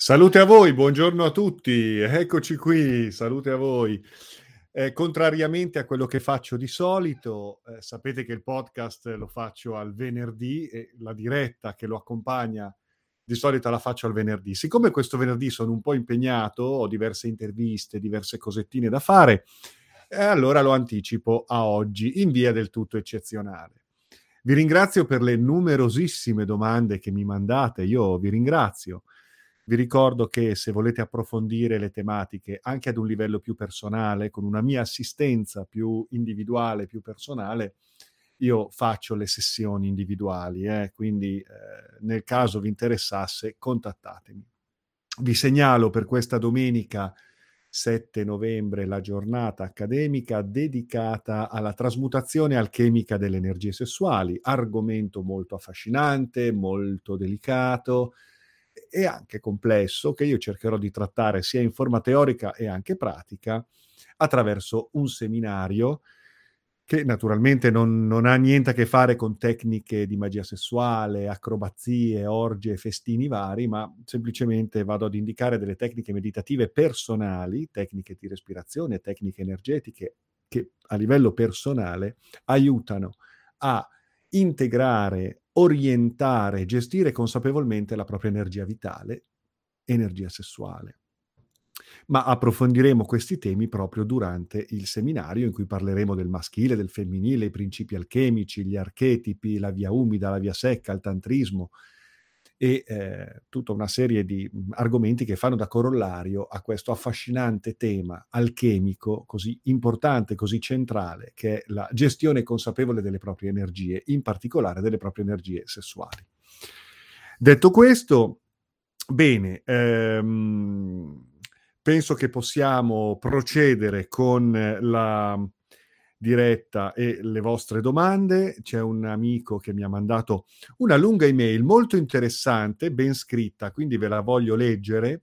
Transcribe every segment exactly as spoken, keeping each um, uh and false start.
Salute a voi, buongiorno a tutti, eccoci qui, salute a voi. Eh, contrariamente a quello che faccio di solito, eh, sapete che il podcast lo faccio al venerdì e la diretta che lo accompagna di solito la faccio al venerdì. Siccome questo venerdì sono un po' impegnato, ho diverse interviste, diverse cosettine da fare, e allora lo anticipo a oggi in via del tutto eccezionale. Vi ringrazio per le numerosissime domande che mi mandate, io vi ringrazio. Vi ricordo che se volete approfondire le tematiche anche ad un livello più personale, con una mia assistenza più individuale, più personale, io faccio le sessioni individuali, eh? quindi eh, nel caso vi interessasse contattatemi. Vi segnalo per questa domenica sette novembre la giornata accademica dedicata alla trasmutazione alchemica delle energie sessuali, argomento molto affascinante, molto delicato e anche complesso, che io cercherò di trattare sia in forma teorica e anche pratica attraverso un seminario che naturalmente non, non ha niente a che fare con tecniche di magia sessuale, acrobazie, orge, festini vari, ma semplicemente vado ad indicare delle tecniche meditative personali, tecniche di respirazione, tecniche energetiche che a livello personale aiutano a integrare, orientare, gestire consapevolmente la propria energia vitale, energia sessuale. Ma approfondiremo questi temi proprio durante il seminario in cui parleremo del maschile, del femminile, i principi alchemici, gli archetipi, la via umida, la via secca, il tantrismo e eh, tutta una serie di mh, argomenti che fanno da corollario a questo affascinante tema alchemico così importante, così centrale, che è la gestione consapevole delle proprie energie, in particolare delle proprie energie sessuali. Detto questo, bene, ehm, penso che possiamo procedere con la diretta e le vostre domande. C'è un amico che mi ha mandato una lunga email molto interessante, ben scritta, quindi ve la voglio leggere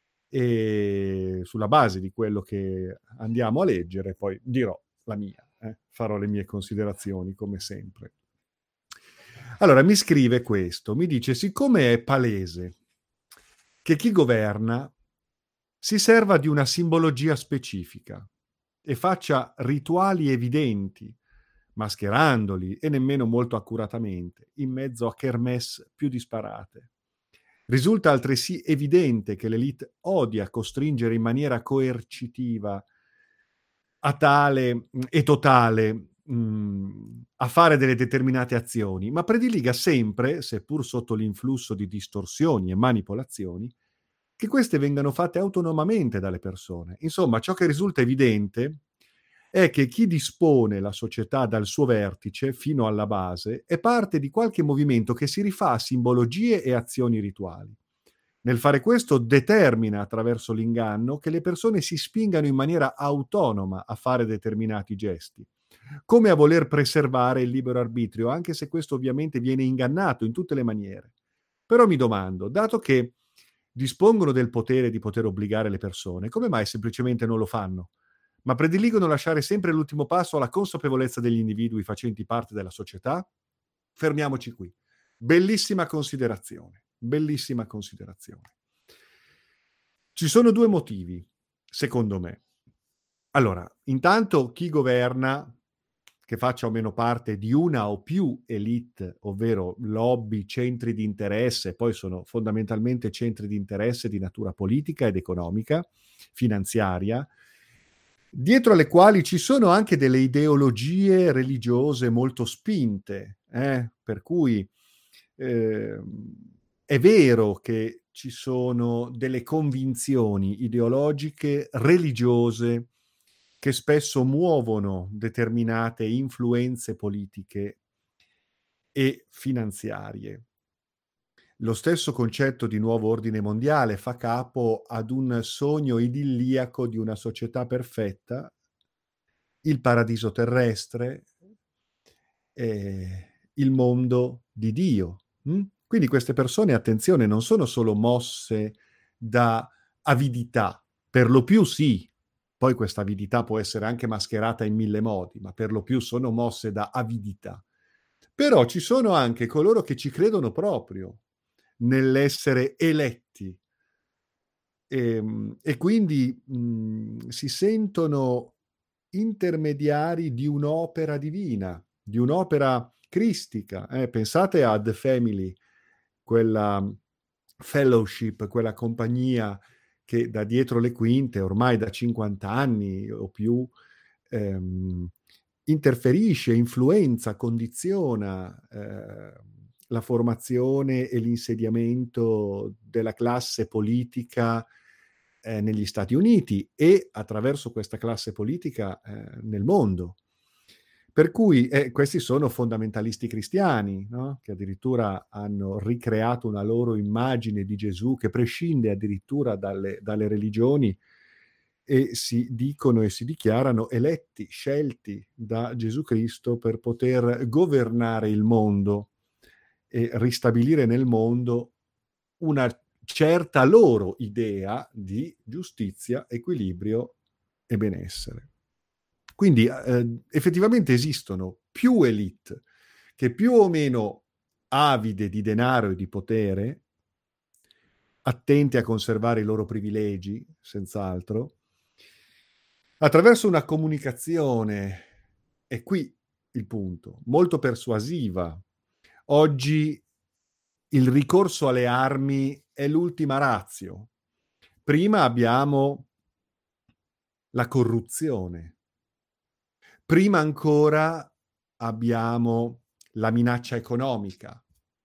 e sulla base di quello che andiamo a leggere poi dirò la mia, eh? farò le mie considerazioni come sempre. Allora, mi scrive questo, mi dice: siccome è palese che chi governa si serva di una simbologia specifica e faccia rituali evidenti, mascherandoli e nemmeno molto accuratamente, in mezzo a kermesse più disparate. Risulta altresì evidente che l'élite odia costringere in maniera coercitiva a tale e totale mh, a fare delle determinate azioni, ma prediliga sempre, seppur sotto l'influsso di distorsioni e manipolazioni, che queste vengano fatte autonomamente dalle persone. Insomma, ciò che risulta evidente è che chi dispone la società dal suo vertice fino alla base è parte di qualche movimento che si rifà a simbologie e azioni rituali. Nel fare questo determina attraverso l'inganno che le persone si spingano in maniera autonoma a fare determinati gesti, come a voler preservare il libero arbitrio, anche se questo ovviamente viene ingannato in tutte le maniere. Però mi domando, dato che dispongono del potere di poter obbligare le persone, come mai semplicemente non lo fanno? Ma prediligono lasciare sempre l'ultimo passo alla consapevolezza degli individui facenti parte della società? Fermiamoci qui. Bellissima considerazione, bellissima considerazione. Ci sono due motivi, secondo me. Allora, intanto chi governa, che faccia o meno parte di una o più elite, ovvero lobby, centri di interesse, poi sono fondamentalmente centri di interesse di natura politica ed economica, finanziaria, dietro alle quali ci sono anche delle ideologie religiose molto spinte, eh? Per cui eh, è vero che ci sono delle convinzioni ideologiche, religiose, che spesso muovono determinate influenze politiche e finanziarie. Lo stesso concetto di nuovo ordine mondiale fa capo ad un sogno idilliaco di una società perfetta, il paradiso terrestre, eh, il mondo di Dio. Hm? Quindi queste persone, attenzione, non sono solo mosse da avidità, per lo più sì, poi questa avidità può essere anche mascherata in mille modi, ma per lo più sono mosse da avidità. Però ci sono anche coloro che ci credono proprio nell'essere eletti Ehm, e quindi, mhmm, si sentono intermediari di un'opera divina, di un'opera cristica, eh. Pensate a The Family, quella fellowship, quella compagnia che da dietro le quinte, ormai da cinquanta anni o più, ehm, interferisce, influenza, condiziona, ehm, la formazione e l'insediamento della classe politica, ehm, negli Stati Uniti e attraverso questa classe politica, ehm, nel mondo. Per cui eh, questi sono fondamentalisti cristiani, no, che addirittura hanno ricreato una loro immagine di Gesù che prescinde addirittura dalle dalle religioni e si dicono e si dichiarano eletti, scelti da Gesù Cristo per poter governare il mondo e ristabilire nel mondo una certa loro idea di giustizia, equilibrio e benessere. Quindi, ehm, effettivamente esistono più élite che più o meno avide di denaro e di potere, attente a conservare i loro privilegi, senz'altro, attraverso una comunicazione, è qui il punto, molto persuasiva. Oggi il ricorso alle armi è l'ultima ratio. Prima abbiamo la corruzione. Prima ancora abbiamo la minaccia economica.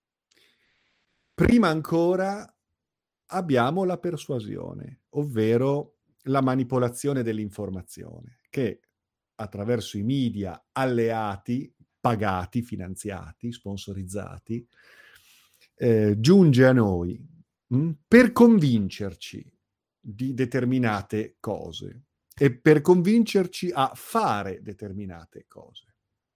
Prima ancora abbiamo la persuasione, ovvero la manipolazione dell'informazione, che attraverso i media alleati, pagati, finanziati, sponsorizzati, ehm, giunge a noi, mh, per convincerci di determinate cose e per convincerci a fare determinate cose.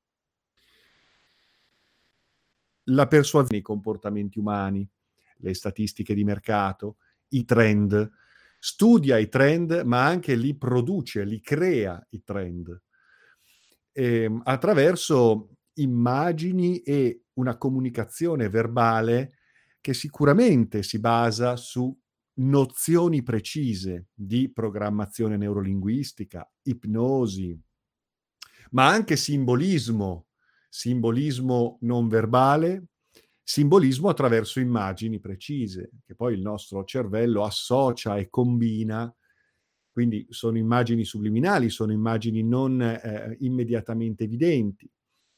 La persuasione, i comportamenti umani, le statistiche di mercato, i trend. Studia i trend, ma anche li produce, li crea i trend. Ehm, attraverso immagini e una comunicazione verbale che sicuramente si basa su nozioni precise di programmazione neurolinguistica, ipnosi, ma anche simbolismo, simbolismo non verbale, simbolismo attraverso immagini precise, che poi il nostro cervello associa e combina, quindi sono immagini subliminali, sono immagini non, ehm, immediatamente evidenti.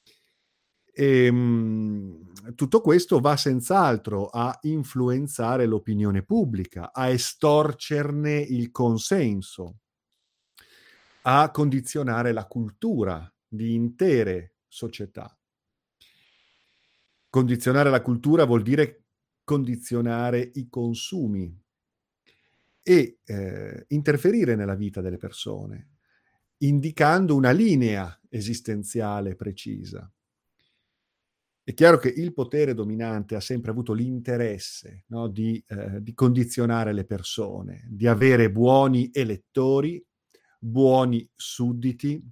Ehm, tutto questo va senz'altro a influenzare l'opinione pubblica, a estorcerne il consenso, a condizionare la cultura di intere società. Condizionare la cultura vuol dire condizionare i consumi e, ehm, interferire nella vita delle persone, indicando una linea esistenziale precisa. È chiaro che il potere dominante ha sempre avuto l'interesse, no, di ehm, di condizionare le persone, di avere buoni elettori, buoni sudditi,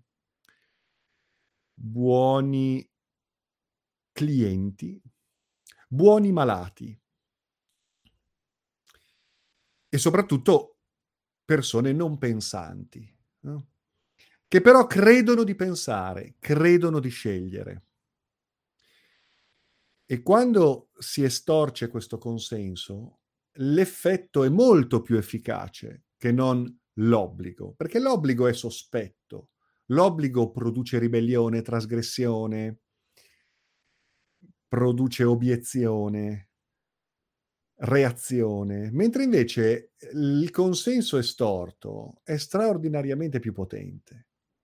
buoni clienti, buoni malati e soprattutto persone non pensanti, no, che però credono di pensare, credono di scegliere. E quando si estorce questo consenso, l'effetto è molto più efficace che non l'obbligo, perché l'obbligo è sospetto, l'obbligo produce ribellione, trasgressione, produce obiezione, reazione, mentre invece il consenso estorto è straordinariamente più potente.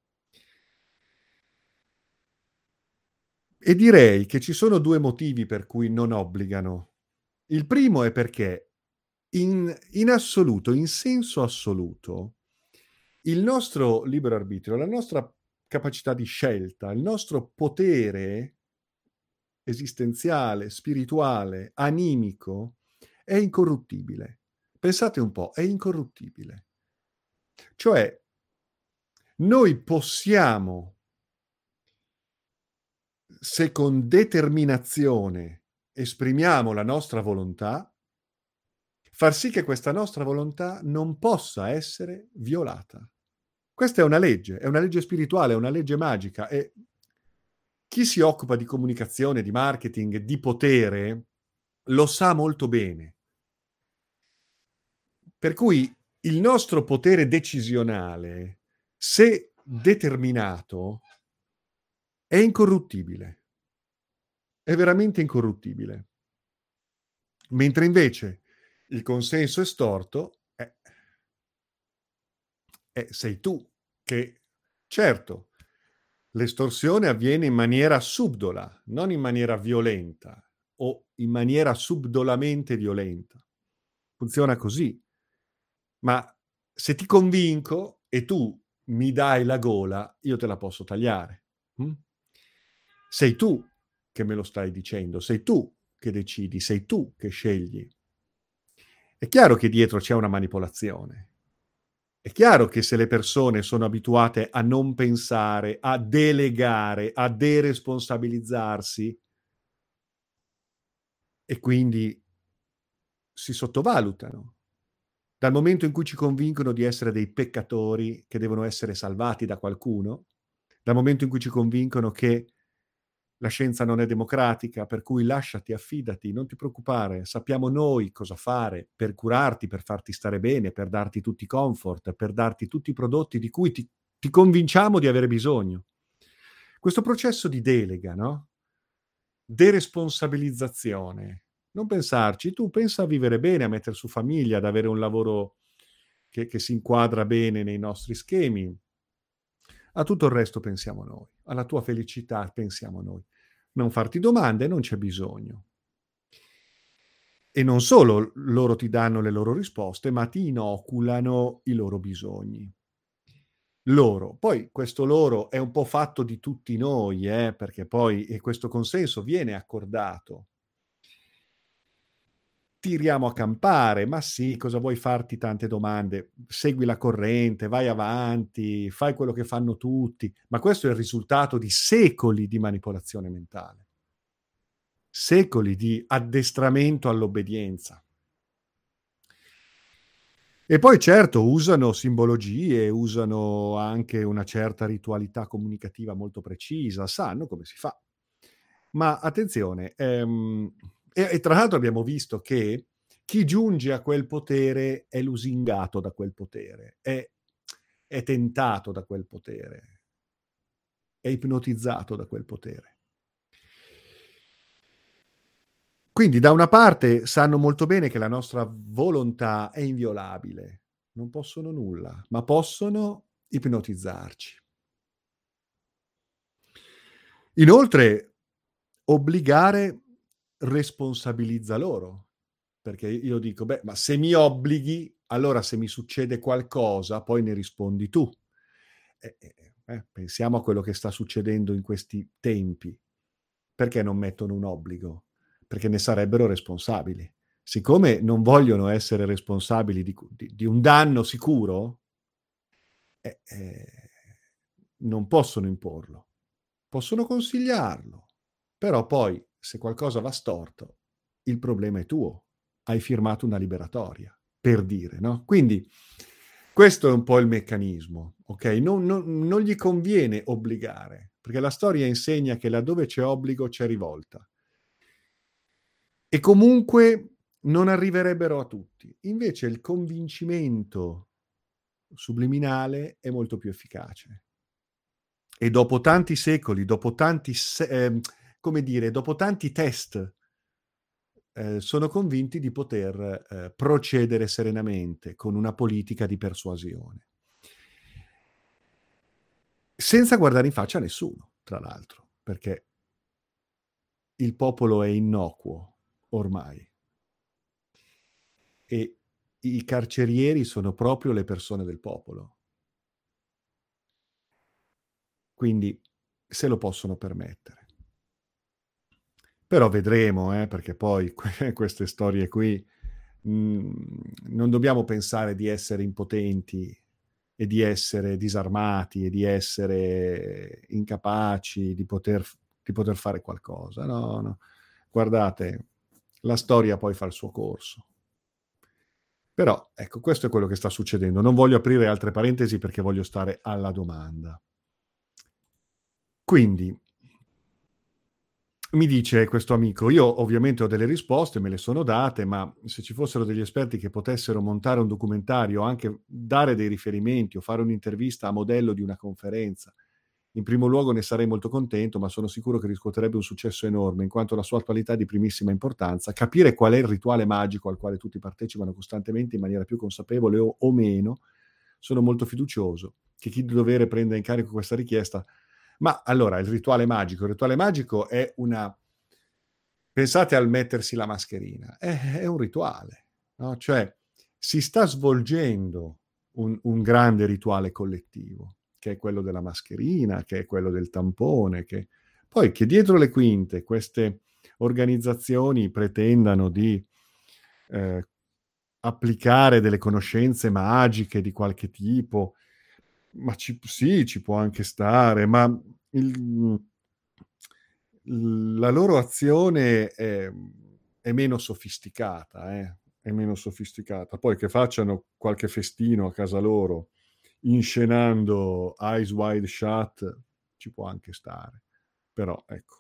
E direi che ci sono due motivi per cui non obbligano. Il primo è perché in in assoluto, in senso assoluto, il nostro libero arbitrio, la nostra capacità di scelta, il nostro potere esistenziale, spirituale, animico è incorruttibile. Pensate un po', è incorruttibile. Cioè, noi possiamo, se con determinazione esprimiamo la nostra volontà, far sì che questa nostra volontà non possa essere violata. Questa è una legge, è una legge spirituale, è una legge magica e chi si occupa di comunicazione, di marketing, di potere, lo sa molto bene. Per cui il nostro potere decisionale, se determinato, è incorruttibile. È veramente incorruttibile. Mentre invece il consenso estorto, eh, eh, sei tu che, certo, l'estorsione avviene in maniera subdola, non in maniera violenta o in maniera subdolamente violenta. Funziona così. Ma se ti convinco e tu mi dai la gola, io te la posso tagliare. Mh? Sei tu che me lo stai dicendo, sei tu che decidi, sei tu che scegli. È chiaro che dietro c'è una manipolazione. È chiaro che se le persone sono abituate a non pensare, a delegare, a deresponsabilizzarsi e quindi si sottovalutano. Dal momento in cui ci convincono di essere dei peccatori che devono essere salvati da qualcuno, dal momento in cui ci convincono che la scienza non è democratica, per cui lasciati, affidati, non ti preoccupare, sappiamo noi cosa fare per curarti, per farti stare bene, per darti tutti i comfort, per darti tutti i prodotti di cui ti, ti convinciamo di avere bisogno. Questo processo di delega, no? Deresponsabilizzazione. Non pensarci, tu pensa a vivere bene, a mettere su famiglia, ad avere un lavoro che, che si inquadra bene nei nostri schemi. A tutto il resto pensiamo noi, alla tua felicità pensiamo noi. Non farti domande, non c'è bisogno. E non solo loro ti danno le loro risposte, ma ti inoculano i loro bisogni. Loro. Poi questo loro è un po' fatto di tutti noi, eh, perché poi e questo consenso viene accordato. Tiriamo a campare, ma sì, cosa vuoi farti tante domande? Segui la corrente, vai avanti, fai quello che fanno tutti, ma questo è il risultato di secoli di manipolazione mentale, secoli di addestramento all'obbedienza. E poi certo usano simbologie, usano anche una certa ritualità comunicativa molto precisa, sanno come si fa. Ma attenzione, ehm, e, e tra l'altro abbiamo visto che chi giunge a quel potere è lusingato da quel potere, è, è tentato da quel potere, è ipnotizzato da quel potere. Quindi da una parte sanno molto bene che la nostra volontà è inviolabile, non possono nulla, ma possono ipnotizzarci. Inoltre, obbligare responsabilizza loro, perché io dico, beh, ma se mi obblighi, allora se mi succede qualcosa, poi ne rispondi tu. Eh, eh, eh, pensiamo a quello che sta succedendo in questi tempi. Perché non mettono un obbligo? Perché ne sarebbero responsabili. Siccome non vogliono essere responsabili di, di, di un danno sicuro, eh, eh, non possono imporlo. Possono consigliarlo, però poi se qualcosa va storto, il problema è tuo. Hai firmato una liberatoria, per dire, no? Quindi questo è un po' il meccanismo, ok? Non, non, non gli conviene obbligare, perché la storia insegna che laddove c'è obbligo c'è rivolta. E comunque non arriverebbero a tutti. Invece il convincimento subliminale è molto più efficace. E dopo tanti secoli, dopo tanti, eh, come dire, dopo tanti test, eh, sono convinti di poter eh, procedere serenamente con una politica di persuasione. Senza guardare in faccia a nessuno, tra l'altro, perché il popolo è innocuo ormai. E i carcerieri sono proprio le persone del popolo. Quindi se lo possono permettere. Però vedremo, eh, perché poi queste storie qui mh, non dobbiamo pensare di essere impotenti e di essere disarmati e di essere incapaci di poter, di poter fare qualcosa. No, no. Guardate, la storia poi fa il suo corso. Però, ecco, questo è quello che sta succedendo. Non voglio aprire altre parentesi perché voglio stare alla domanda. Quindi mi dice questo amico: "Io ovviamente ho delle risposte, me le sono date, ma se ci fossero degli esperti che potessero montare un documentario, anche dare dei riferimenti o fare un'intervista a modello di una conferenza, in primo luogo ne sarei molto contento, ma sono sicuro che riscuoterebbe un successo enorme, in quanto la sua attualità è di primissima importanza. Capire qual è il rituale magico al quale tutti partecipano costantemente in maniera più consapevole o o meno, sono molto fiducioso che chi di dovere prenda in carico questa richiesta". Ma allora, il rituale magico il rituale magico è una pensate al mettersi la mascherina, è è un rituale, no, cioè si sta svolgendo un un grande rituale collettivo, che è quello della mascherina, che è quello del tampone, che poi che dietro le quinte queste organizzazioni pretendano di, ehm, applicare delle conoscenze magiche di qualche tipo, ma ci p sì, ci può anche stare, ma il mhmm, l la loro azione è mhmm, è meno sofisticata, eh, è meno sofisticata. Poi che facciano qualche festino a casa loro, inscenando Eyes Wide Shut, ci può anche stare. Però, ecco,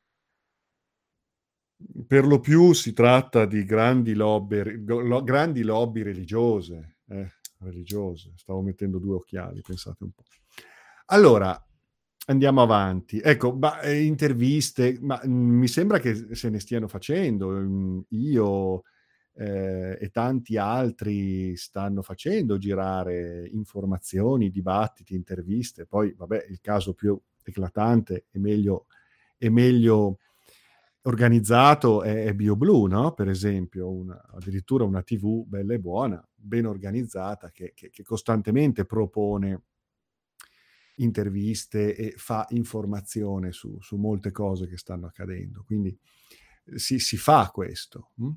per lo più si tratta di grandi lobby go lo grandi lobby religiose, eh, religiose. Stavo mettendo due occhiali, pensate un po'. Allora, andiamo avanti. Ecco, ma, ehm, interviste, ma, mhmm, mi sembra che se ne stiano facendo. Mhmm, io, ehm, e tanti altri stanno facendo girare informazioni, dibattiti, interviste. Poi, vabbè, il caso più eclatante e meglio e meglio organizzato è è BioBlue, no, per esempio, una addirittura una T V bella e buona, ben organizzata, che che che costantemente propone interviste e fa informazione su su molte cose che stanno accadendo. Quindi eh, si si fa questo, mh?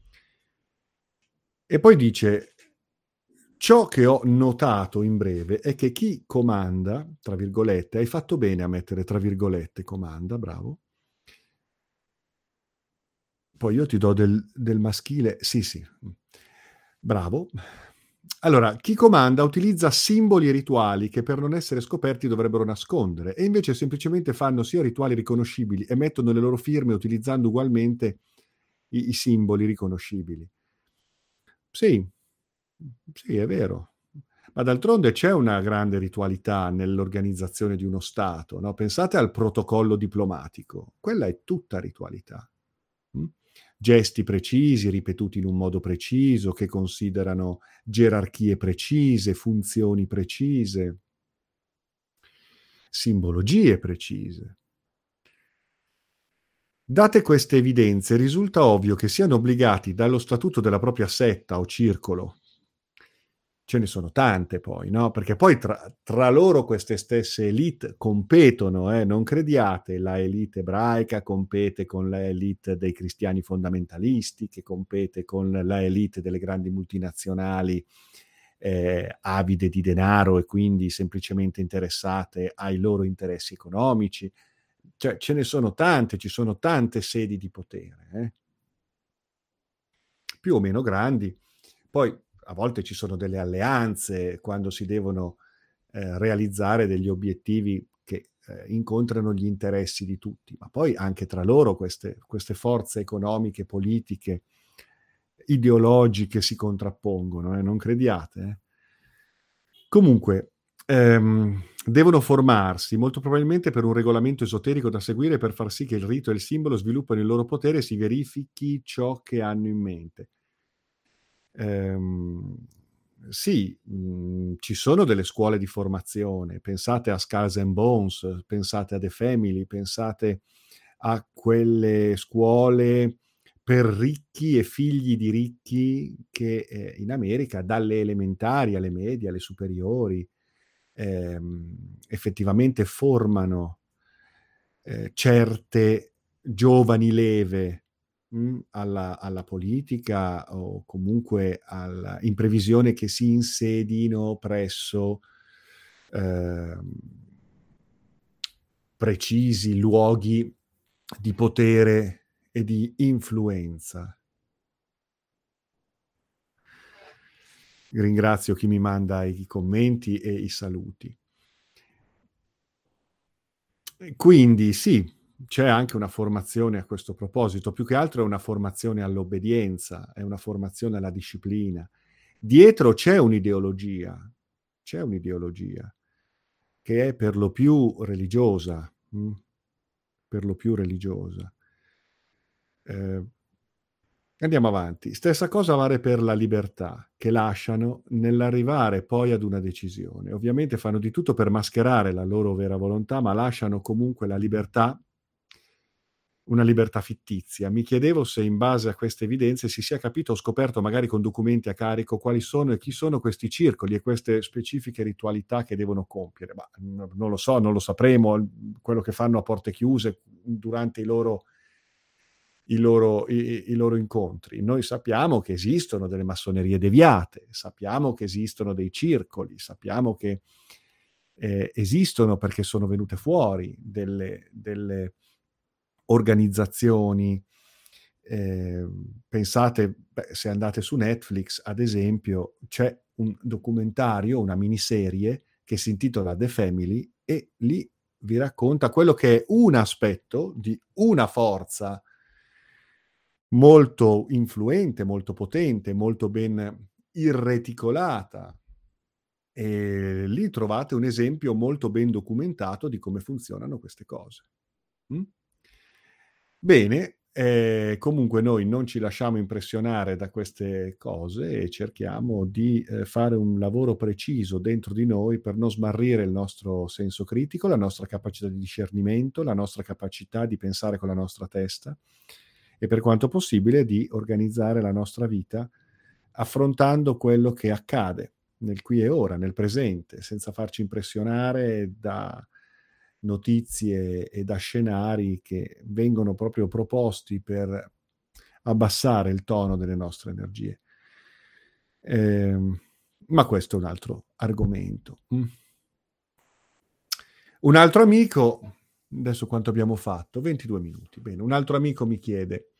E poi dice: "Ciò che ho notato in breve è che chi comanda, tra virgolette", hai fatto bene a mettere tra virgolette comanda, bravo. Poi io ti do del del maschile sì, sì, mh. Bravo. Allora, chi comanda utilizza simboli e rituali che per non essere scoperti dovrebbero nascondere e invece semplicemente fanno sia rituali riconoscibili e mettono le loro firme utilizzando ugualmente i i simboli riconoscibili. Sì, mh, sì, è vero. Ma d'altronde c'è una grande ritualità nell'organizzazione di uno Stato, no, pensate al protocollo diplomatico, quella è tutta ritualità. Mh? Gesti precisi, ripetuti in un modo preciso, che considerano gerarchie precise, funzioni precise, simbologie precise. Date queste evidenze, risulta ovvio che siano obbligati dallo statuto della propria setta o circolo. Ce ne sono tante poi, no, perché poi tra tra loro queste stesse élite competono, eh, non crediate, la élite ebraica compete con la élite dei cristiani fondamentalisti, che compete con la élite delle grandi multinazionali, ehm, avide di denaro e quindi semplicemente interessate ai loro interessi economici. Cioè ce ne sono tante, ci sono tante sedi di potere, eh, più o meno grandi. Poi a volte ci sono delle alleanze quando si devono, ehm, realizzare degli obiettivi che, ehm, incontrano gli interessi di tutti, ma poi anche tra loro queste queste forze economiche, politiche, ideologiche si contrappongono, eh, non crediate, eh. Comunque, ehm, devono formarsi, molto probabilmente per un regolamento esoterico da seguire per far sì che il rito e il simbolo sviluppino il loro potere e si verifichi ciò che hanno in mente. Ehm, sì, mhmm, ci sono delle scuole di formazione, pensate a Skulls and Bones, pensate a The Family, pensate a quelle scuole per ricchi e figli di ricchi che, ehm, in America dalle elementari alle medie, alle superiori, ehm, effettivamente formano, ehm, certe giovani leve, mh, alla alla politica o comunque al in previsione che si insedino presso, ehm, precisi luoghi di potere e di influenza. Ringrazio chi mi manda i commenti e i saluti. Quindi sì, c'è anche una formazione a questo proposito, più che altro è una formazione all'obbedienza, è una formazione alla disciplina. Dietro c'è un'ideologia, c'è un'ideologia che è per lo più religiosa, mh? per lo più religiosa. Eh, andiamo avanti. Stessa cosa vale per la libertà, che lasciano nell'arrivare poi ad una decisione. Ovviamente fanno di tutto per mascherare la loro vera volontà, ma lasciano comunque la libertà, una libertà fittizia. Mi chiedevo se in base a queste evidenze si sia capito o scoperto, magari con documenti a carico, quali sono e chi sono questi circoli e queste specifiche ritualità che devono compiere. Ma n- non lo so, non lo sapremo, quello che fanno a porte chiuse durante i loro, i loro, i, i loro incontri. Noi sappiamo che esistono delle massonerie deviate, sappiamo che esistono dei circoli, sappiamo che eh, esistono perché sono venute fuori delle, delle organizzazioni. Eh, pensate, beh, se andate su Netflix, ad esempio, c'è un documentario, una miniserie che si intitola The Family e lì vi racconta quello che è un aspetto di una forza molto influente, molto potente, molto ben irreticolata. E lì trovate un esempio molto ben documentato di come funzionano queste cose. Mm? Bene, eh, comunque noi non ci lasciamo impressionare da queste cose e cerchiamo di eh, fare un lavoro preciso dentro di noi per non smarrire il nostro senso critico, la nostra capacità di discernimento, la nostra capacità di pensare con la nostra testa e per quanto possibile di organizzare la nostra vita affrontando quello che accade nel qui e ora, nel presente, senza farci impressionare da notizie e da scenari che vengono proprio proposti per abbassare il tono delle nostre energie. Eh, ma questo è un altro argomento. Mm. Un altro amico, adesso quanto abbiamo fatto? ventidue minuti. Bene, un altro amico mi chiede,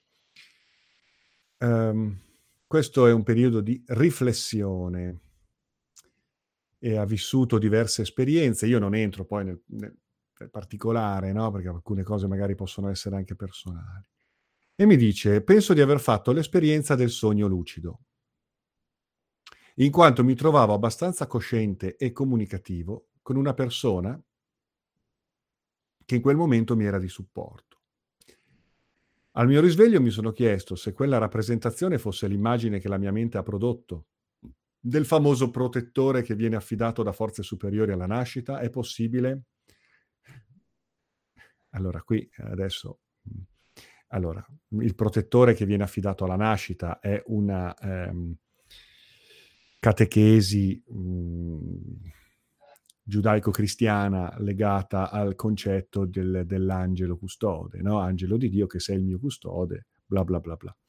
um, questo è un periodo di riflessione e ha vissuto diverse esperienze. Io non entro poi nel, nel, nel particolare, no? Perché alcune cose magari possono essere anche personali. E mi dice, penso di aver fatto l'esperienza del sogno lucido, in quanto mi trovavo abbastanza cosciente e comunicativo con una persona che in quel momento mi era di supporto. Al mio risveglio mi sono chiesto se quella rappresentazione fosse l'immagine che la mia mente ha prodotto del famoso protettore che viene affidato da forze superiori alla nascita. È possibile? Allora, qui adesso... Allora, il protettore che viene affidato alla nascita è una ehm, catechesi mh, giudaico-cristiana legata al concetto del, dell'angelo custode, no? Angelo di Dio che sei il mio custode, bla bla bla bla.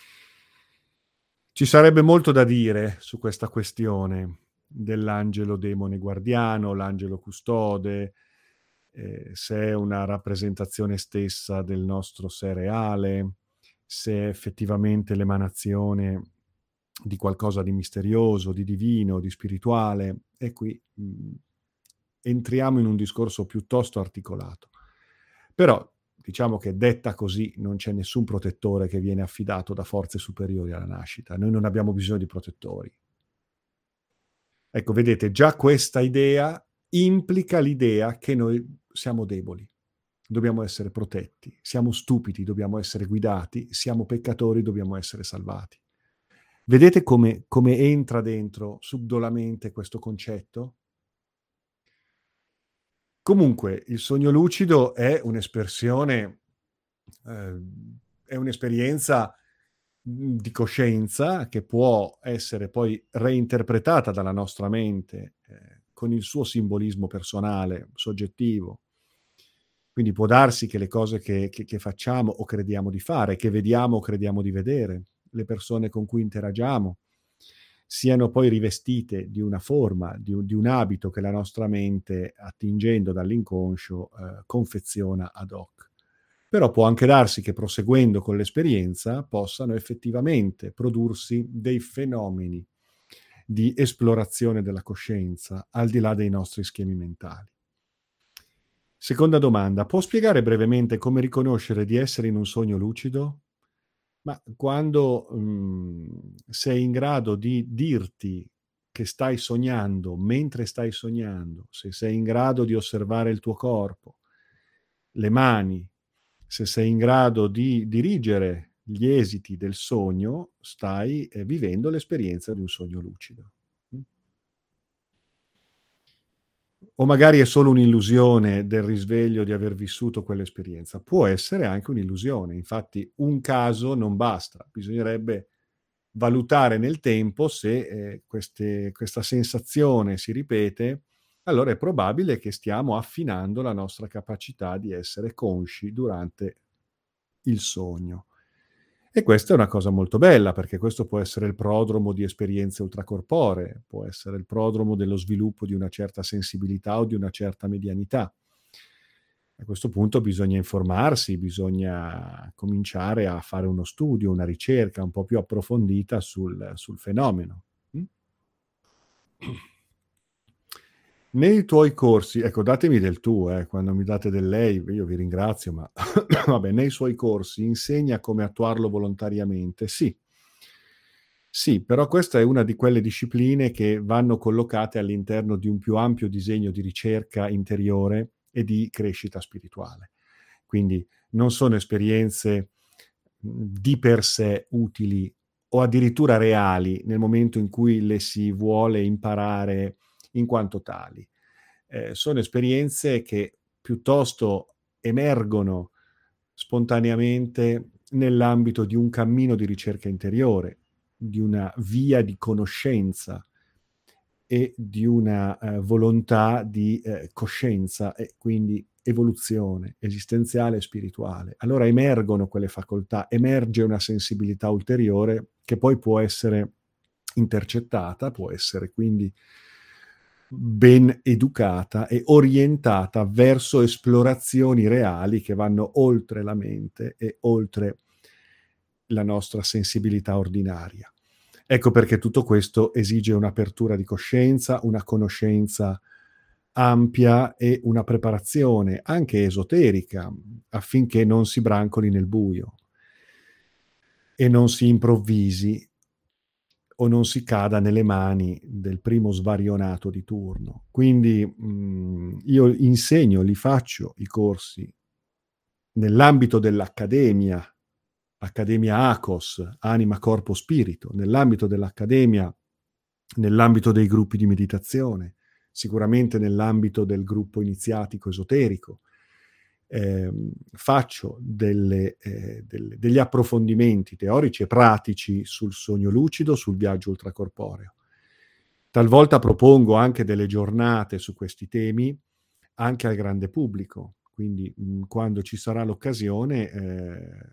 Ci sarebbe molto da dire su questa questione dell'angelo demone guardiano, l'angelo custode, eh, se è una rappresentazione stessa del nostro sé reale, se è effettivamente l'emanazione di qualcosa di misterioso, di divino, di spirituale. E qui mh, entriamo in un discorso piuttosto articolato. Però diciamo che detta così non c'è nessun protettore che viene affidato da forze superiori alla nascita. Noi non abbiamo bisogno di protettori. Ecco, vedete, già questa idea implica l'idea che noi siamo deboli, dobbiamo essere protetti, siamo stupidi, dobbiamo essere guidati, siamo peccatori, dobbiamo essere salvati. Vedete come, come entra dentro subdolamente questo concetto? Comunque, il sogno lucido è un'espressione, eh, è un'esperienza di coscienza che può essere poi reinterpretata dalla nostra mente eh, con il suo simbolismo personale, soggettivo. Quindi può darsi che le cose che, che, che facciamo o crediamo di fare, che vediamo o crediamo di vedere, le persone con cui interagiamo, siano poi rivestite di una forma, di un, di un abito che la nostra mente, attingendo dall'inconscio, eh, confeziona ad hoc. Però può anche darsi che proseguendo con l'esperienza possano effettivamente prodursi dei fenomeni di esplorazione della coscienza, al di là dei nostri schemi mentali. Seconda domanda, può spiegare brevemente come riconoscere di essere in un sogno lucido? Ma quando mh, sei in grado di dirti che stai sognando mentre stai sognando, se sei in grado di osservare il tuo corpo, le mani, se sei in grado di dirigere gli esiti del sogno, stai eh, vivendo l'esperienza di un sogno lucido. O magari è solo un'illusione del risveglio di aver vissuto quell'esperienza. Può essere anche un'illusione, infatti un caso non basta, bisognerebbe valutare nel tempo se eh, queste, questa sensazione si ripete, allora è probabile che stiamo affinando la nostra capacità di essere consci durante il sogno. E questa è una cosa molto bella, perché questo può essere il prodromo di esperienze ultracorporee, può essere il prodromo dello sviluppo di una certa sensibilità o di una certa medianità. A questo punto bisogna informarsi, bisogna cominciare a fare uno studio, una ricerca un po' più approfondita sul, sul fenomeno. Mm? Nei tuoi corsi, ecco, datemi del tu, eh, quando mi date del lei, io vi ringrazio, ma vabbè, nei suoi corsi insegna come attuarlo volontariamente? Sì. Sì, però questa è una di quelle discipline che vanno collocate all'interno di un più ampio disegno di ricerca interiore e di crescita spirituale. Quindi non sono esperienze mh, di per sé utili o addirittura reali nel momento in cui le si vuole imparare in quanto tali. Eh, sono esperienze che piuttosto emergono spontaneamente nell'ambito di un cammino di ricerca interiore, di una via di conoscenza e di una eh, volontà di eh, coscienza e quindi evoluzione esistenziale e spirituale. Allora emergono quelle facoltà, emerge una sensibilità ulteriore che poi può essere intercettata, può essere quindi ben educata e orientata verso esplorazioni reali che vanno oltre la mente e oltre la nostra sensibilità ordinaria. Ecco perché tutto questo esige un'apertura di coscienza, una conoscenza ampia e una preparazione anche esoterica affinché non si brancoli nel buio e non si improvvisi o non si cada nelle mani del primo svarionato di turno. Quindi mh, io insegno, li faccio i corsi nell'ambito dell'accademia, Accademia ACOS, Anima, Corpo, Spirito, nell'ambito dell'accademia, nell'ambito dei gruppi di meditazione, sicuramente nell'ambito del gruppo iniziatico esoterico. Eh, faccio delle, eh, delle, degli approfondimenti teorici e pratici sul sogno lucido, sul viaggio ultracorporeo. Talvolta propongo anche delle giornate su questi temi anche al grande pubblico, quindi mh, quando ci sarà l'occasione eh,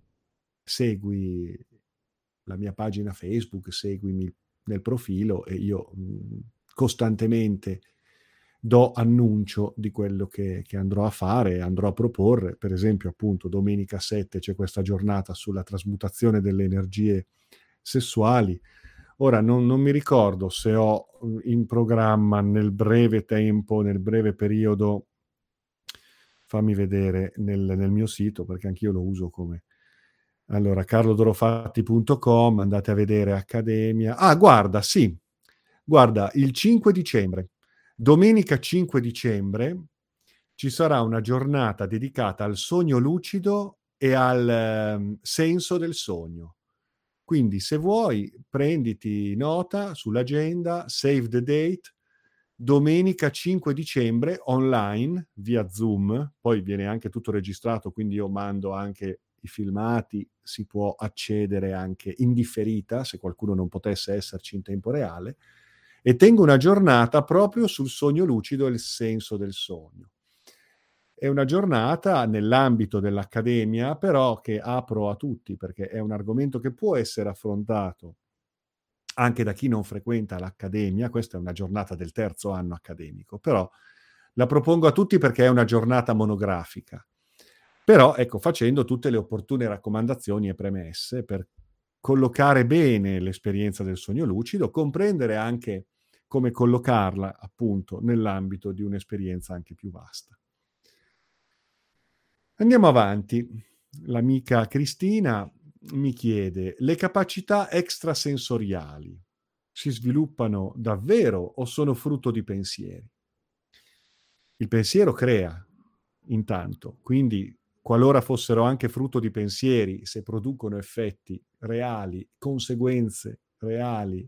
segui la mia pagina Facebook, seguimi nel profilo e io mh, costantemente do annuncio di quello che, che andrò a fare, andrò a proporre. Per esempio, appunto, domenica sette c'è questa giornata sulla trasmutazione delle energie sessuali. Ora, non, non mi ricordo se ho in programma nel breve tempo, nel breve periodo, fammi vedere nel, nel mio sito, perché anch'io lo uso come... Allora, carlo dorofatti punto com, andate a vedere Accademia. Ah, guarda, sì, guarda, il cinque dicembre, domenica cinque dicembre, ci sarà una giornata dedicata al sogno lucido e al eh, senso del sogno. Quindi, se vuoi, prenditi nota sull'agenda, save the date, domenica cinque dicembre, online, via Zoom, poi viene anche tutto registrato, quindi io mando anche i filmati, si può accedere anche in differita, se qualcuno non potesse esserci in tempo reale, e tengo una giornata proprio sul sogno lucido e il senso del sogno. È una giornata nell'ambito dell'accademia, però che apro a tutti, perché è un argomento che può essere affrontato anche da chi non frequenta l'accademia. Questa è una giornata del terzo anno accademico, però la propongo a tutti perché è una giornata monografica. Però, ecco, facendo tutte le opportune raccomandazioni e premesse per collocare bene l'esperienza del sogno lucido, comprendere anche come collocarla appunto nell'ambito di un'esperienza anche più vasta. Andiamo avanti. L'amica Cristina mi chiede: le capacità extrasensoriali si sviluppano davvero o sono frutto di pensieri? Il pensiero crea, intanto, quindi qualora fossero anche frutto di pensieri, se producono effetti reali, conseguenze reali,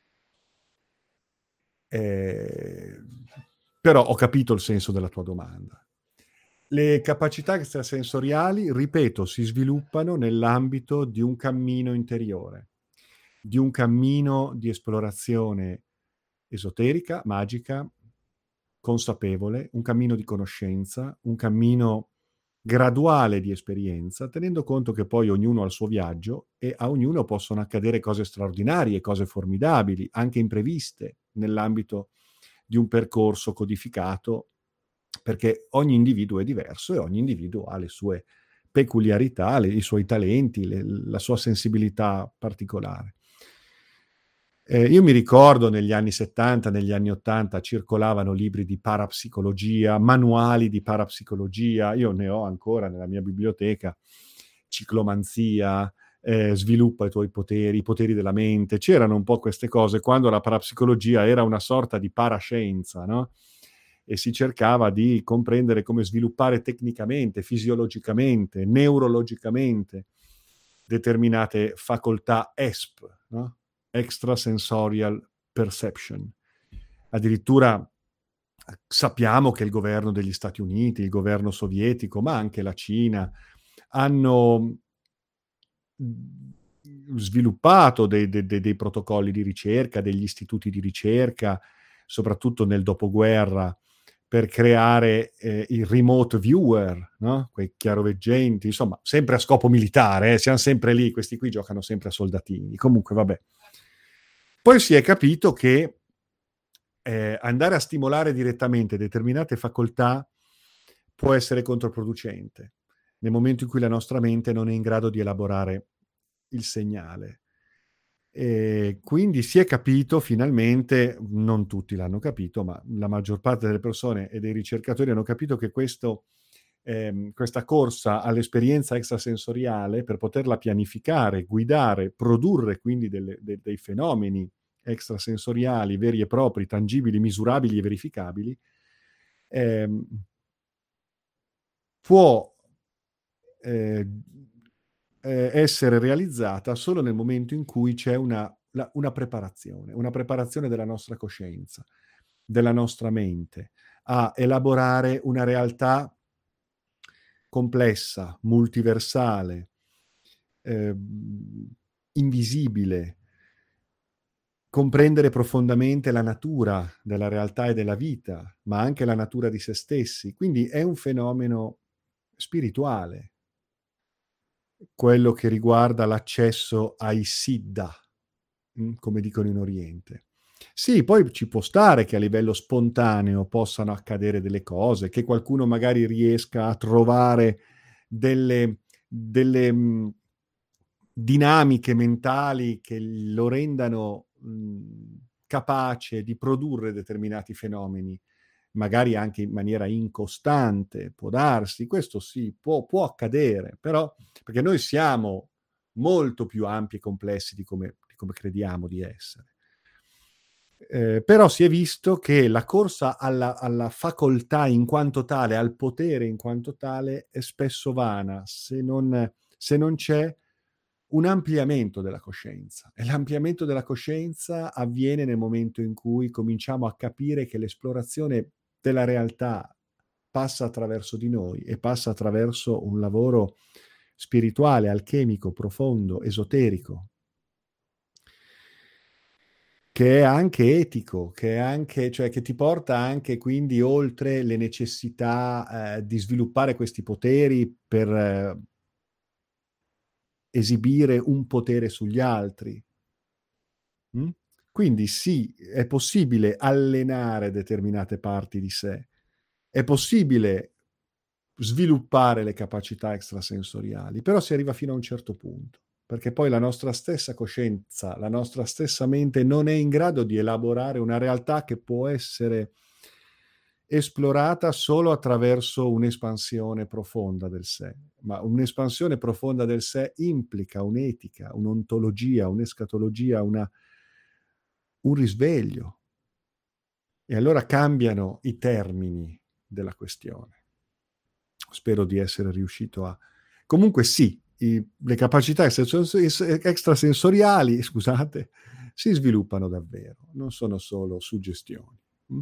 eh, però ho capito il senso della tua domanda. Le capacità extrasensoriali, ripeto, si sviluppano nell'ambito di un cammino interiore, di un cammino di esplorazione esoterica, magica, consapevole, un cammino di conoscenza, un cammino graduale di esperienza, tenendo conto che poi ognuno ha il suo viaggio e a ognuno possono accadere cose straordinarie, cose formidabili, anche impreviste nell'ambito di un percorso codificato, perché ogni individuo è diverso e ogni individuo ha le sue peculiarità, le, i suoi talenti, le, la sua sensibilità particolare. Eh, io mi ricordo negli anni settanta, negli anni ottanta circolavano libri di parapsicologia, manuali di parapsicologia, io ne ho ancora nella mia biblioteca, ciclomanzia, eh, sviluppa i tuoi poteri, i poteri della mente, c'erano un po' queste cose quando la parapsicologia era una sorta di parascienza, no? E si cercava di comprendere come sviluppare tecnicamente, fisiologicamente, neurologicamente determinate facoltà E S P, no? Extrasensorial Perception. Addirittura sappiamo che il governo degli Stati Uniti, il governo sovietico, ma anche la Cina, hanno sviluppato dei, dei, dei protocolli di ricerca, degli istituti di ricerca, soprattutto nel dopoguerra, per creare eh, il remote viewer, no? Quei chiaroveggenti, insomma, sempre a scopo militare, eh? Siamo sempre lì, questi qui giocano sempre a soldatini. Comunque, vabbè. Poi si è capito che eh, andare a stimolare direttamente determinate facoltà può essere controproducente nel momento in cui la nostra mente non è in grado di elaborare il segnale. E quindi si è capito finalmente, non tutti l'hanno capito, ma la maggior parte delle persone e dei ricercatori hanno capito che questo, ehm, questa corsa all'esperienza extrasensoriale, per poterla pianificare, guidare, produrre quindi delle, de, dei fenomeni extrasensoriali veri e propri, tangibili, misurabili e verificabili, ehm, può eh, eh, essere realizzata solo nel momento in cui c'è una, la, una preparazione, una preparazione della nostra coscienza, della nostra mente, a elaborare una realtà complessa, multiversale, eh, invisibile, comprendere profondamente la natura della realtà e della vita, ma anche la natura di se stessi. Quindi è un fenomeno spirituale, quello che riguarda l'accesso ai siddha, come dicono in Oriente. Sì, poi ci può stare che a livello spontaneo possano accadere delle cose, che qualcuno magari riesca a trovare delle, delle mh, dinamiche mentali che lo rendano mh, capace di produrre determinati fenomeni, magari anche in maniera incostante, può darsi, questo sì, può, può accadere, però perché noi siamo molto più ampi e complessi di come, di come crediamo di essere. Eh, però si è visto che la corsa alla, alla facoltà in quanto tale, al potere in quanto tale, è spesso vana se non, se non c'è un ampliamento della coscienza. E l'ampliamento della coscienza avviene nel momento in cui cominciamo a capire che l'esplorazione della realtà passa attraverso di noi e passa attraverso un lavoro spirituale, alchemico, profondo, esoterico, che è anche etico, che è anche, cioè che ti porta anche quindi oltre le necessità eh, di sviluppare questi poteri per eh, esibire un potere sugli altri. Mm? Quindi sì, è possibile allenare determinate parti di sé, è possibile sviluppare le capacità extrasensoriali, però si arriva fino a un certo punto, perché poi la nostra stessa coscienza, la nostra stessa mente non è in grado di elaborare una realtà che può essere esplorata solo attraverso un'espansione profonda del sé. Ma un'espansione profonda del sé implica un'etica, un'ontologia, un'escatologia, una, un risveglio. E allora cambiano i termini della questione. Spero di essere riuscito a... Comunque sì, i, le capacità extrasensoriali, scusate, si sviluppano davvero, non sono solo suggestioni. Mm?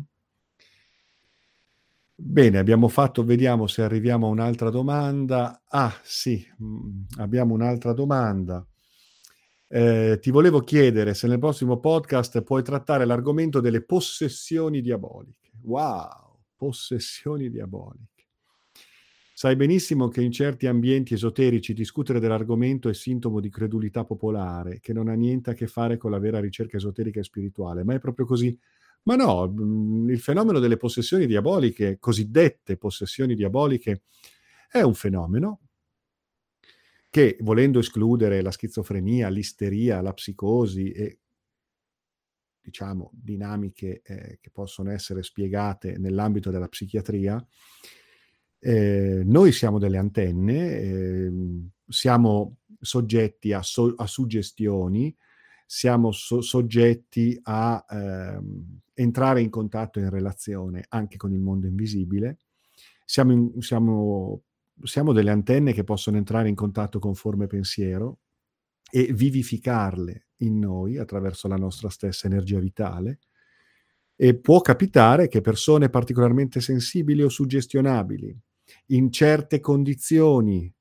Bene, abbiamo fatto, vediamo se arriviamo a un'altra domanda. Ah, sì, mh, abbiamo un'altra domanda. Eh, ti volevo chiedere se nel prossimo podcast puoi trattare l'argomento delle possessioni diaboliche. Wow, possessioni diaboliche. Sai benissimo che in certi ambienti esoterici discutere dell'argomento è sintomo di credulità popolare, che non ha niente a che fare con la vera ricerca esoterica e spirituale, ma è proprio così. Ma no, mh, il fenomeno delle possessioni diaboliche, cosiddette possessioni diaboliche, è un fenomeno che, volendo escludere la schizofrenia, l'isteria, la psicosi e, diciamo, dinamiche eh, che possono essere spiegate nell'ambito della psichiatria, eh, noi siamo delle antenne, eh, siamo soggetti a, so- a suggestioni, siamo so- soggetti a ehm, entrare in contatto e in relazione anche con il mondo invisibile. Siamo, in, siamo, siamo delle antenne che possono entrare in contatto con forme pensiero e vivificarle in noi attraverso la nostra stessa energia vitale. E può capitare che persone particolarmente sensibili o suggestionabili, in certe condizioni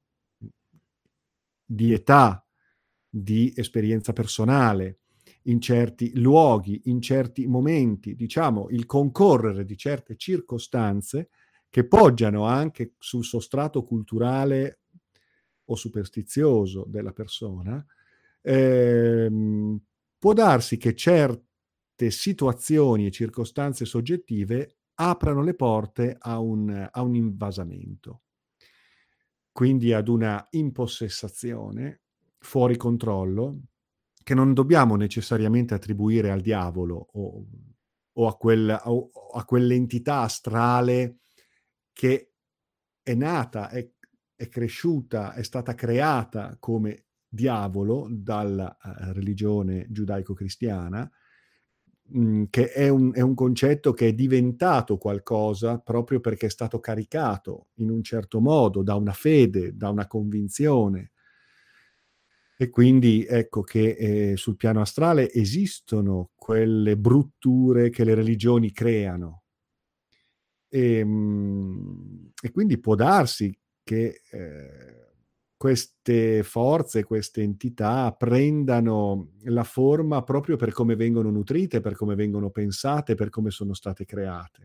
di età, di esperienza personale, in certi luoghi, in certi momenti, diciamo, il concorrere di certe circostanze che poggiano anche sul sostrato culturale o superstizioso della persona, ehm, può darsi che certe situazioni e circostanze soggettive aprano le porte a un, a un invasamento, quindi ad una impossessazione fuori controllo, che non dobbiamo necessariamente attribuire al diavolo o, o, a, quel, o a quell'entità astrale che è nata, è, è cresciuta, è stata creata come diavolo dalla uh, religione giudaico-cristiana, mh, che è un, è un concetto che è diventato qualcosa proprio perché è stato caricato in un certo modo da una fede, da una convinzione. E quindi ecco che eh, sul piano astrale esistono quelle brutture che le religioni creano. E, mh, e quindi può darsi che eh, queste forze, queste entità prendano la forma proprio per come vengono nutrite, per come vengono pensate, per come sono state create.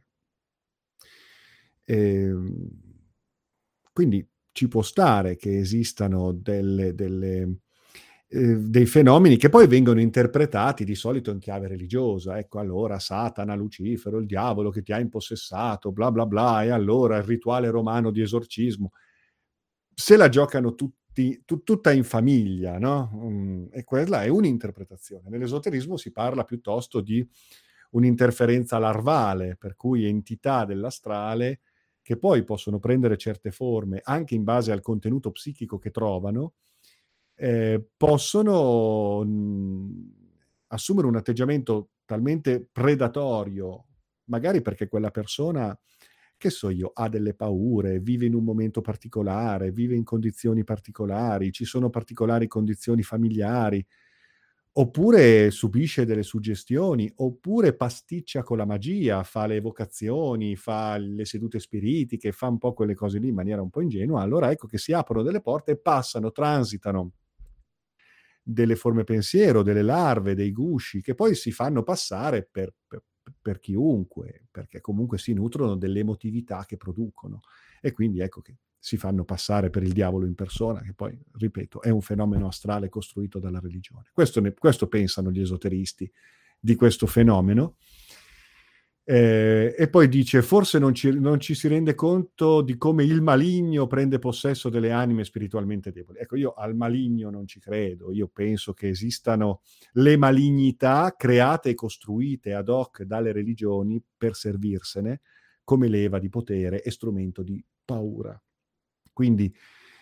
E, quindi ci può stare che esistano delle, delle, eh, dei fenomeni che poi vengono interpretati di solito in chiave religiosa. Ecco, allora Satana, Lucifero, il diavolo che ti ha impossessato, bla bla bla, e allora il rituale romano di esorcismo. Se la giocano tutti, tu, tutta in famiglia, no? Um, e quella è un'interpretazione. Nell'esoterismo si parla piuttosto di un'interferenza larvale, per cui entità dell'astrale che poi possono prendere certe forme anche in base al contenuto psichico che trovano, eh, possono mh, assumere un atteggiamento talmente predatorio, magari perché quella persona, che so io, ha delle paure, vive in un momento particolare, vive in condizioni particolari, ci sono particolari condizioni familiari, oppure subisce delle suggestioni, oppure pasticcia con la magia, fa le evocazioni, fa le sedute spiritiche, fa un po' quelle cose lì in maniera un po' ingenua. Allora ecco che si aprono delle porte e passano, transitano delle forme pensiero, delle larve, dei gusci, che poi si fanno passare per, per, per chiunque, perché comunque si nutrono dell'emotività che producono. E quindi ecco che si fanno passare per il diavolo in persona, che poi, ripeto, è un fenomeno astrale costruito dalla religione. Questo, ne, questo pensano gli esoteristi di questo fenomeno. Eh, e poi dice, forse non ci, non ci si rende conto di come il maligno prende possesso delle anime spiritualmente deboli. Ecco, io al maligno non ci credo, io penso che esistano le malignità create e costruite ad hoc dalle religioni per servirsene come leva di potere e strumento di paura. Quindi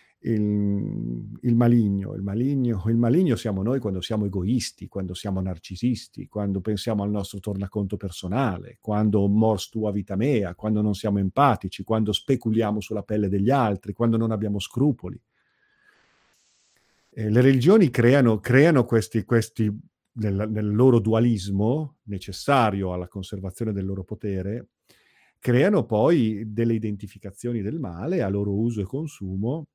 il, il maligno, il maligno, il maligno siamo noi quando siamo egoisti, quando siamo narcisisti, quando pensiamo al nostro tornaconto personale, quando mors tua vita mea, quando non siamo empatici, quando speculiamo sulla pelle degli altri, quando non abbiamo scrupoli. Eh, le religioni creano, creano questi, questi nel, nel loro dualismo necessario alla conservazione del loro potere, creano poi delle identificazioni del male a loro uso e consumo.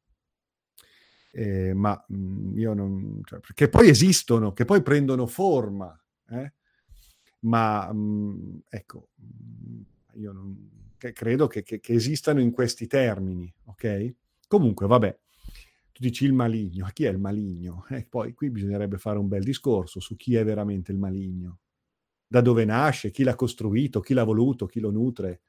Eh, ma mh, io non, cioè, che poi esistono, che poi prendono forma, eh? ma mh, ecco, mh, io non, che credo che, che, che esistano in questi termini, ok? Comunque, vabbè, tu dici il maligno, chi è il maligno? Eh, poi qui bisognerebbe fare un bel discorso su chi è veramente il maligno, da dove nasce, chi l'ha costruito, chi l'ha voluto, chi lo nutre.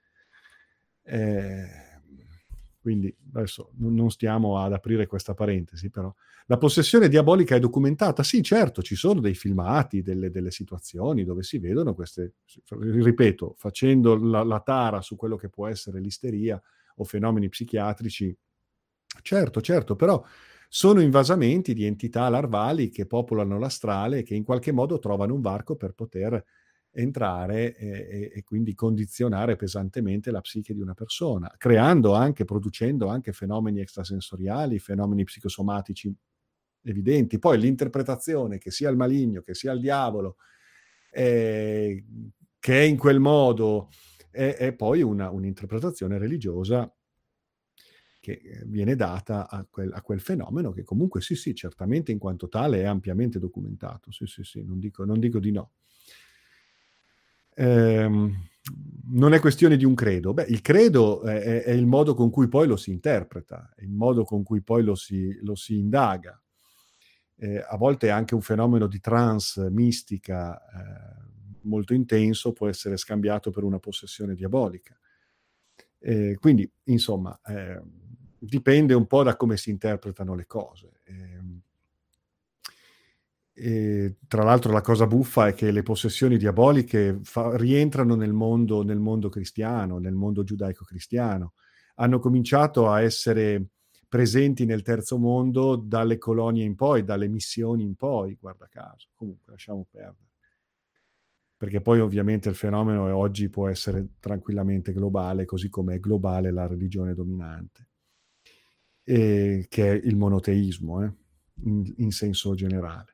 Eh, quindi adesso non stiamo ad aprire questa parentesi, però la possessione diabolica è documentata? Sì, certo, ci sono dei filmati, delle, delle situazioni dove si vedono queste, ripeto, facendo la, la tara su quello che può essere l'isteria o fenomeni psichiatrici. Certo, certo, però sono invasamenti di entità larvali che popolano l'astrale e che in qualche modo trovano un varco per poter entrare e, e quindi condizionare pesantemente la psiche di una persona, creando anche, producendo anche fenomeni extrasensoriali, fenomeni psicosomatici evidenti. Poi l'interpretazione, che sia il maligno, che sia il diavolo, eh, che è in quel modo, è, è poi una, un'interpretazione religiosa che viene data a quel, a quel fenomeno che comunque sì, sì, certamente in quanto tale è ampiamente documentato. Sì, sì, sì, non dico, non dico di no. Ehm, non è questione di un credo. Beh, il credo è, è il modo con cui poi lo si interpreta, è il modo con cui poi lo si, lo si indaga. Eh, a volte è anche un fenomeno di trance mistica eh, molto intenso, può essere scambiato per una possessione diabolica. Eh, quindi, insomma, eh, dipende un po' da come si interpretano le cose. Eh, E, tra l'altro la cosa buffa è che le possessioni diaboliche fa, rientrano nel mondo, nel mondo cristiano, nel mondo giudaico-cristiano. Hanno cominciato a essere presenti nel terzo mondo dalle colonie in poi, dalle missioni in poi, guarda caso. Comunque lasciamo perdere. Perché poi ovviamente il fenomeno oggi può essere tranquillamente globale, così come è globale la religione dominante, e, che è il monoteismo, eh, in, in senso generale.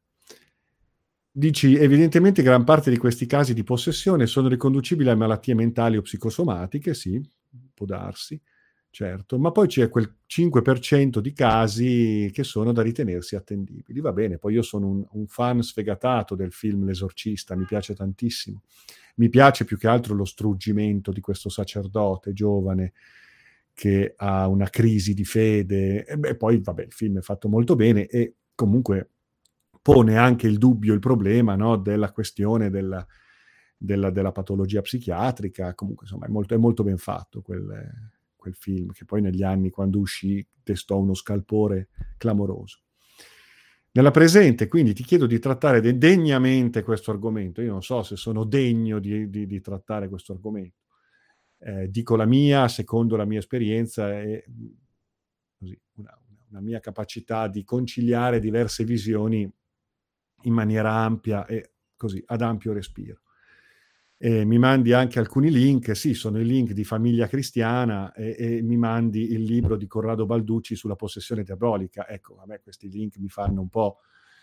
Dici, evidentemente gran parte di questi casi di possessione sono riconducibili a malattie mentali o psicosomatiche, sì, può darsi, certo, ma poi c'è quel cinque per cento di casi che sono da ritenersi attendibili. Va bene, poi io sono un, un fan sfegatato del film L'Esorcista, mi piace tantissimo. Mi piace più che altro lo struggimento di questo sacerdote giovane che ha una crisi di fede, e beh, poi vabbè, il film è fatto molto bene e comunque pone anche il dubbio, il problema, no, della questione della, della, della patologia psichiatrica. Comunque, insomma, è molto, è molto ben fatto quel, quel film, che poi negli anni, quando uscì, destò uno scalpore clamoroso. Nella presente, quindi, ti chiedo di trattare de- degnamente questo argomento. Io non so se sono degno di, di, di trattare questo argomento. Eh, dico la mia, secondo la mia esperienza, e così, una, una mia capacità di conciliare diverse visioni in maniera ampia e così, ad ampio respiro. E mi mandi anche alcuni link, sì, sono i link di Famiglia Cristiana, e, e mi mandi il libro di Corrado Balducci sulla possessione diabolica. Ecco, a me questi link mi fanno un po'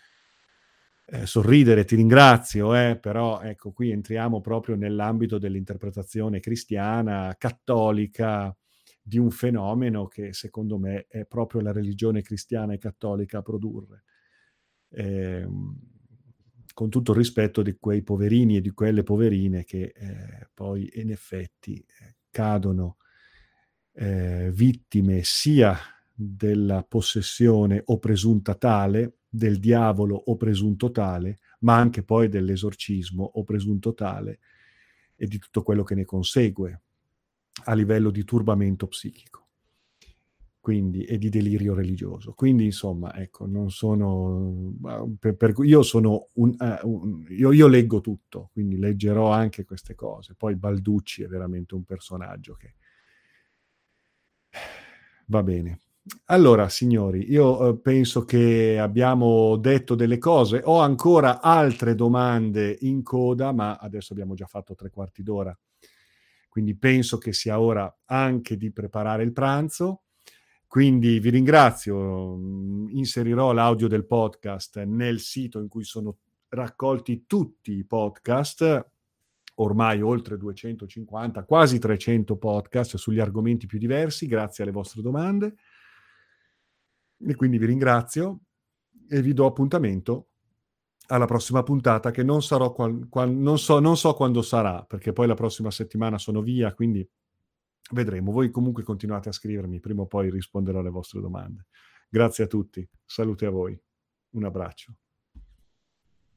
eh, sorridere, ti ringrazio, eh, però ecco, qui entriamo proprio nell'ambito dell'interpretazione cristiana, cattolica, di un fenomeno che secondo me è proprio la religione cristiana e cattolica a produrre. Eh, con tutto il rispetto di quei poverini e di quelle poverine che eh, poi in effetti eh, cadono eh, vittime sia della possessione o presunta tale, del diavolo o presunto tale, ma anche poi dell'esorcismo o presunto tale, e di tutto quello che ne consegue a livello di turbamento psichico. Quindi, e di delirio religioso. Quindi, insomma, ecco, non sono... Per, per, io sono un, uh, un... Io, io leggo tutto, quindi leggerò anche queste cose. Poi Balducci è veramente un personaggio che... Va bene. Allora, signori, io uh, penso che abbiamo detto delle cose. Ho ancora altre domande in coda, ma adesso abbiamo già fatto tre quarti d'ora. Quindi penso che sia ora anche di preparare il pranzo. Quindi vi ringrazio, inserirò l'audio del podcast nel sito in cui sono raccolti tutti i podcast, ormai oltre duecentocinquanta, quasi trecento podcast sugli argomenti più diversi, grazie alle vostre domande. E quindi vi ringrazio e vi do appuntamento alla prossima puntata, che non sarò qual, qual, non so, non so quando sarà, perché poi la prossima settimana sono via, quindi vedremo. Voi comunque continuate a scrivermi, prima o poi risponderò alle vostre domande. Grazie a tutti, salute a voi, un abbraccio.